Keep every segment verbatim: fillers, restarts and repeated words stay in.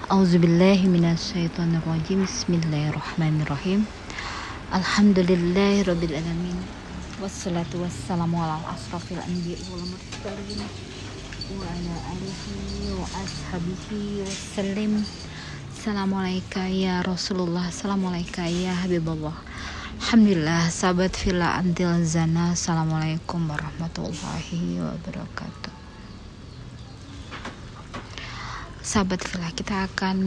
Auzubillahi minasyaitonirrajim. Bismillahirrahmanirrahim. Alhamdulillahirabbil alamin. Wassalatu wassalamu ala asrofil anbiya'i wal mursalin wa ala alihi wa ashabihi wasallim. Assalamualaikum ya Rasulullah, assalamualaikum ya Habibullah. Alhamdulillah, sahabat villa antil zana. Assalamualaikum warahmatullahi wabarakatuh. Sahabat villa, kita akan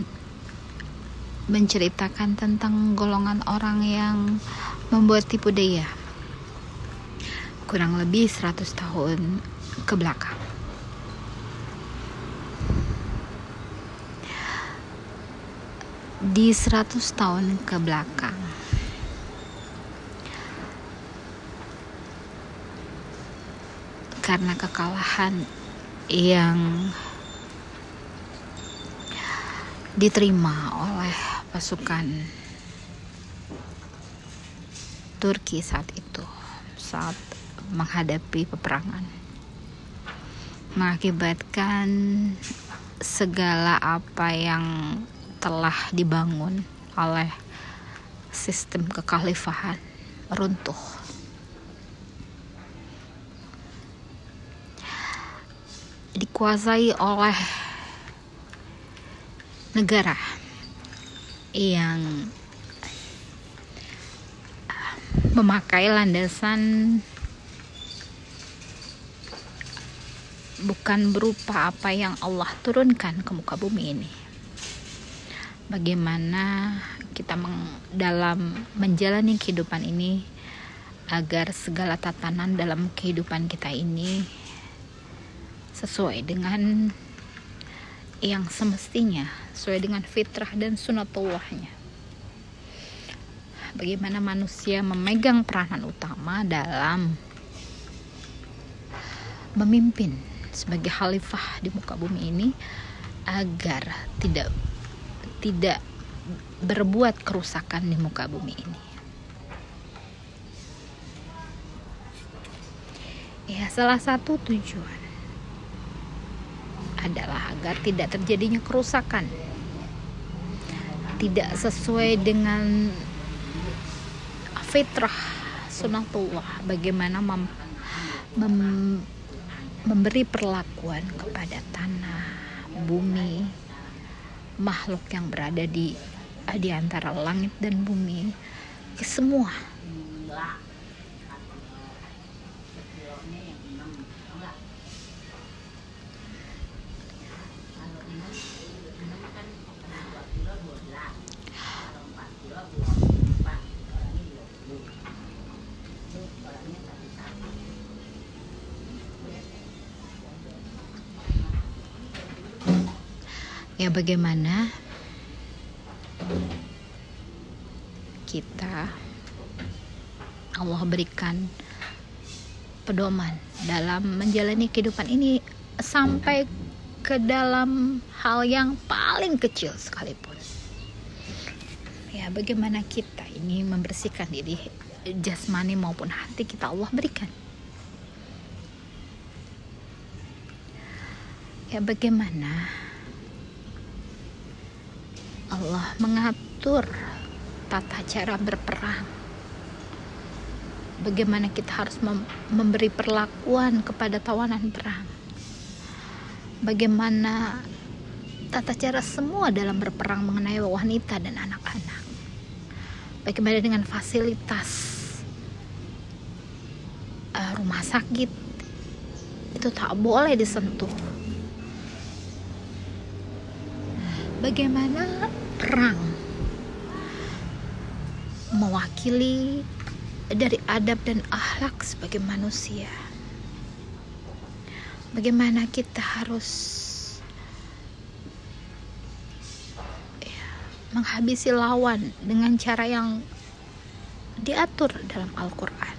menceritakan tentang golongan orang yang membuat tipu daya kurang lebih seratus tahun ke belakang. Di seratus tahun ke belakang, karena kekalahan yang diterima oleh pasukan Turki saat itu, saat menghadapi peperangan, mengakibatkan segala apa yang telah dibangun oleh sistem kekhalifahan runtuh. Dikuasai oleh negara yang memakai landasan bukan berupa apa yang Allah turunkan ke muka bumi ini. Bagaimana kita meng, dalam menjalani kehidupan ini agar segala tatanan dalam kehidupan kita ini sesuai dengan yang semestinya, sesuai dengan fitrah dan sunatullahnya. Bagaimana manusia memegang peranan utama dalam memimpin sebagai khalifah di muka bumi ini agar tidak tidak berbuat kerusakan di muka bumi ini. Ya, salah satu tujuan adalah agar tidak terjadinya kerusakan, tidak sesuai dengan fitrah sunatullah. Bagaimana mem, mem, memberi perlakuan kepada tanah, bumi, makhluk yang berada di di antara langit dan bumi, semua. Ya, bagaimana kita Allah berikan pedoman dalam menjalani kehidupan ini sampai ke dalam hal yang paling kecil sekalipun. Ya, bagaimana kita ini membersihkan diri jasmani maupun hati kita Allah berikan. Ya, bagaimana Allah mengatur tata cara berperang. Bagaimana kita harus mem- memberi perlakuan kepada tawanan perang. Bagaimana tata cara semua dalam berperang mengenai wanita dan anak-anak. Bagaimana dengan fasilitas uh, rumah sakit, itu tak boleh disentuh. Bagaimana perang mewakili dari adab dan akhlak sebagai manusia. Bagaimana kita harus ya, menghabisi lawan dengan cara yang diatur dalam Al-Quran.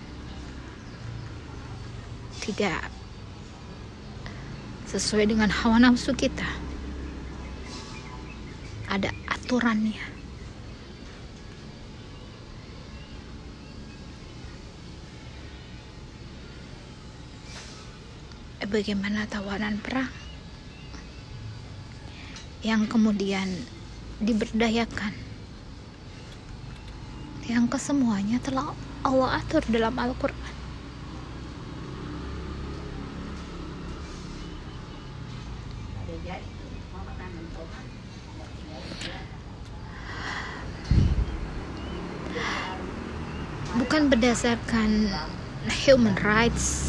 Tidak sesuai dengan hawa nafsu kita. Ada aturannya. Bagaimana tawanan perang yang kemudian diberdayakan, yang kesemuanya telah Allah atur dalam Al-Quran. Bukan berdasarkan human rights,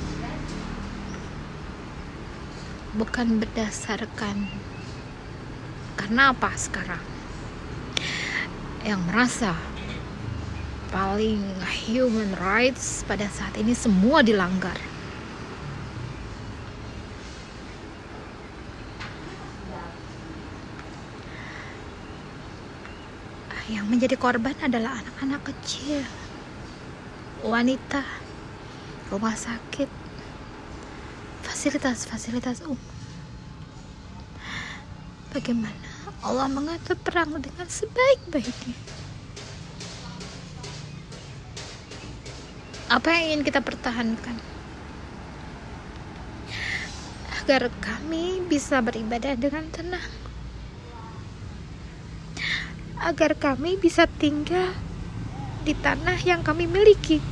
bukan berdasarkan karena apa sekarang yang merasa paling human rights pada saat ini semua dilanggar. Yang menjadi korban adalah anak-anak kecil, wanita, rumah sakit, fasilitas-fasilitas umum. Bagaimana Allah mengatur perang dengan sebaik-baiknya? Apa yang ingin kita pertahankan? Agar kami bisa beribadah dengan tenang, agar kami bisa tinggal di tanah yang kami miliki,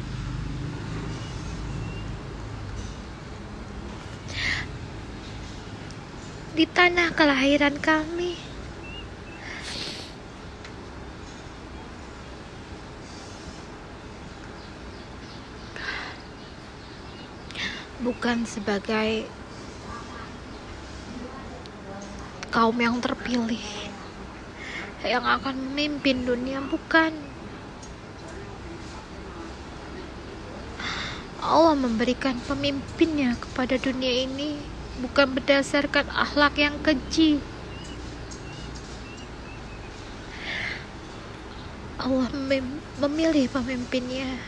di tanah kelahiran kami. Bukan sebagai kaum yang terpilih yang akan memimpin dunia, bukan. Allah memberikan pemimpinnya kepada dunia ini bukan berdasarkan akhlak yang keji. Allah mem- memilih pemimpinnya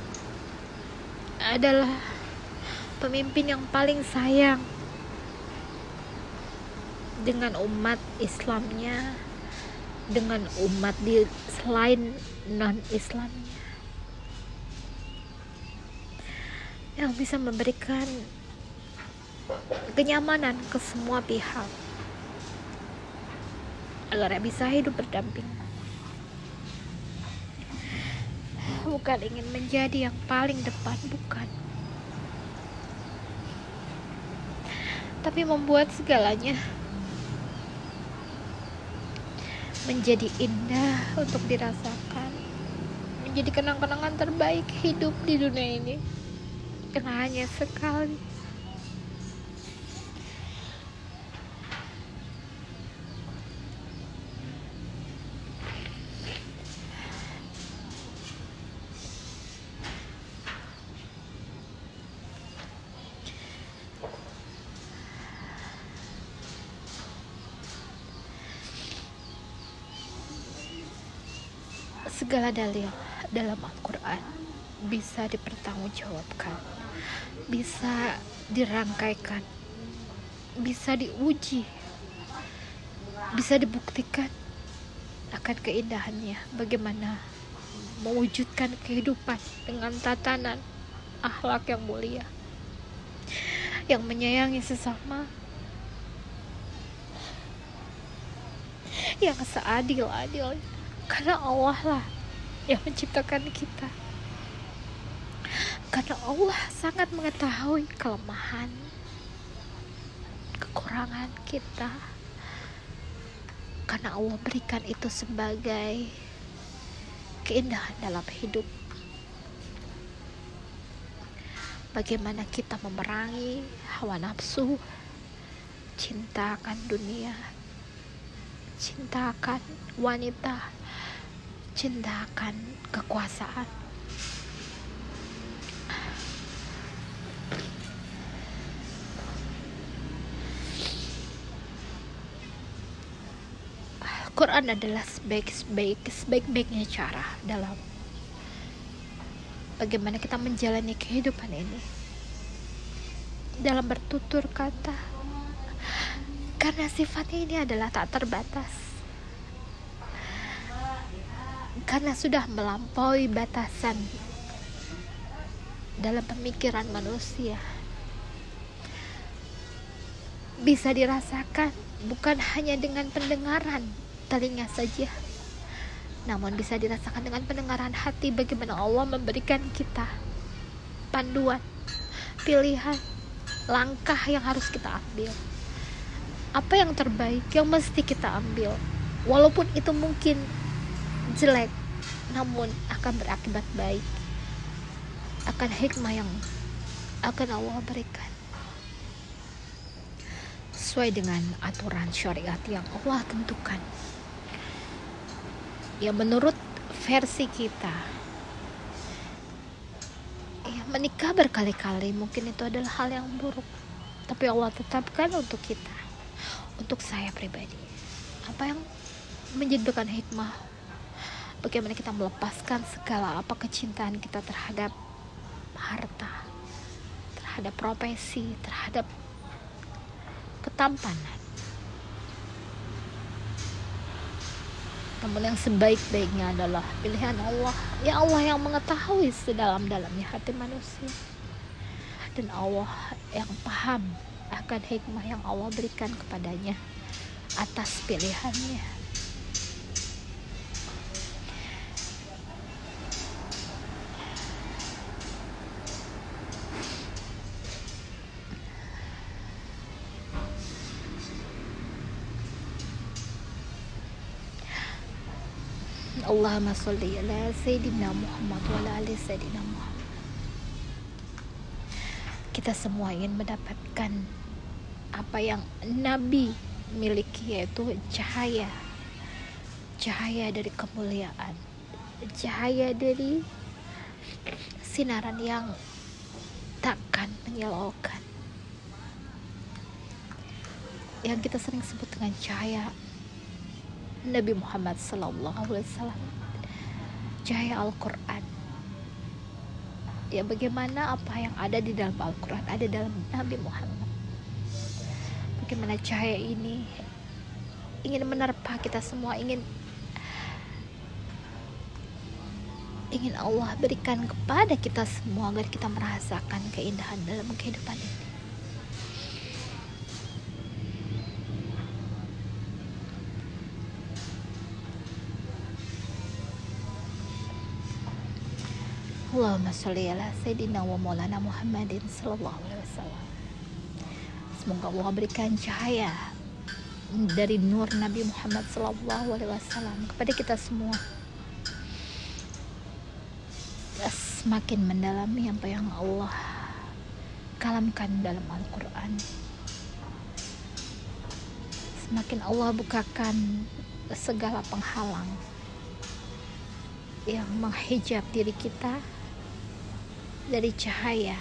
adalah pemimpin yang paling sayang dengan umat Islamnya, dengan umat di selain non-Islamnya, yang bisa memberikan kenyamanan ke semua pihak agar bisa hidup berdamping, bukan ingin menjadi yang paling depan, bukan, tapi membuat segalanya menjadi indah untuk dirasakan, menjadi kenang-kenangan terbaik hidup di dunia ini yang hanya sekali. Segala dalil dalam Al-Quran bisa dipertanggungjawabkan, bisa dirangkaikan, bisa diuji, bisa dibuktikan akan keindahannya, bagaimana mewujudkan kehidupan dengan tatanan akhlak yang mulia, yang menyayangi sesama, yang seadil-adilnya, karena Allah lah yang menciptakan kita, karena Allah sangat mengetahui kelemahan, kekurangan kita, karena Allah berikan itu sebagai keindahan dalam hidup. Bagaimana kita memerangi hawa nafsu, cinta akan dunia, cinta akan wanita, cinta akan kekuasaan. Quran adalah sebaik-baik sebaik-baiknya cara dalam bagaimana kita menjalani kehidupan ini, dalam bertutur kata, karena sifatnya ini adalah tak terbatas, karena sudah melampaui batasan dalam pemikiran manusia. bisa dirasakan bukan hanya dengan pendengaran telinga saja, namun bisa dirasakan dengan pendengaran hati, bagaimana Allah memberikan kita panduan, pilihan, langkah yang harus kita ambil, apa yang terbaik yang mesti kita ambil, walaupun itu mungkin jelek namun akan berakibat baik, akan hikmah yang akan Allah berikan sesuai dengan aturan syariat yang Allah tentukan, ya menurut versi kita. Ya, menikah berkali-kali mungkin itu adalah hal yang buruk, tapi Allah tetapkan untuk kita, untuk saya pribadi, apa yang menjadikan hikmah, bagaimana kita melepaskan segala apa kecintaan kita terhadap harta, terhadap profesi, terhadap ketampanan. Namun yang sebaik-baiknya adalah pilihan Allah. Ya Allah yang mengetahui sedalam-dalamnya hati manusia, dan Allah yang paham akan hikmah yang Allah berikan kepadanya atas pilihannya. Allahumma sholli ala Sayyidina Muhammad wa ala ali Sayyidina Muhammad. Kita semua ingin mendapatkan apa yang Nabi miliki, yaitu cahaya, cahaya dari kemuliaan, cahaya dari sinaran yang takkan menyilaukan, yang kita sering sebut dengan cahaya Nabi Muhammad sallallahu alaihi wasallam, cahaya Al-Quran. Ya, bagaimana apa yang ada di dalam Al-Quran ada dalam Nabi Muhammad. Bagaimana cahaya ini ingin menerpa kita semua, ingin ingin Allah berikan kepada kita semua agar kita merasakan keindahan dalam kehidupan ini. Allahumma sholli ala Sayyidina wa maulana Muhammadin sallallahu alaihi wasallam. Semoga Allah berikan cahaya dari nur Nabi Muhammad sallallahu alaihi wasallam kepada kita semua, semakin mendalami apa yang Allah kalamkan dalam Al-Quran, semakin Allah bukakan segala penghalang yang menghijab diri kita dari cahaya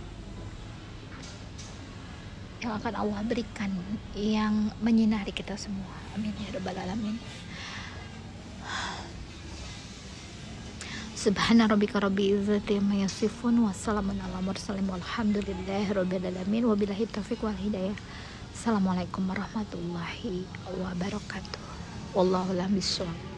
yang akan Allah berikan, yang menyinari kita semua. Amin ya rabbal alamin. Subhana rabbika rabbil izzati amma yasifun, wassalamun ala mursalin, walhamdulillahi rabbil alamin, wabillahi taufiq wal hidayah. Assalamualaikum warahmatullahi wabarakatuh. Wallahu a'lam bishawab.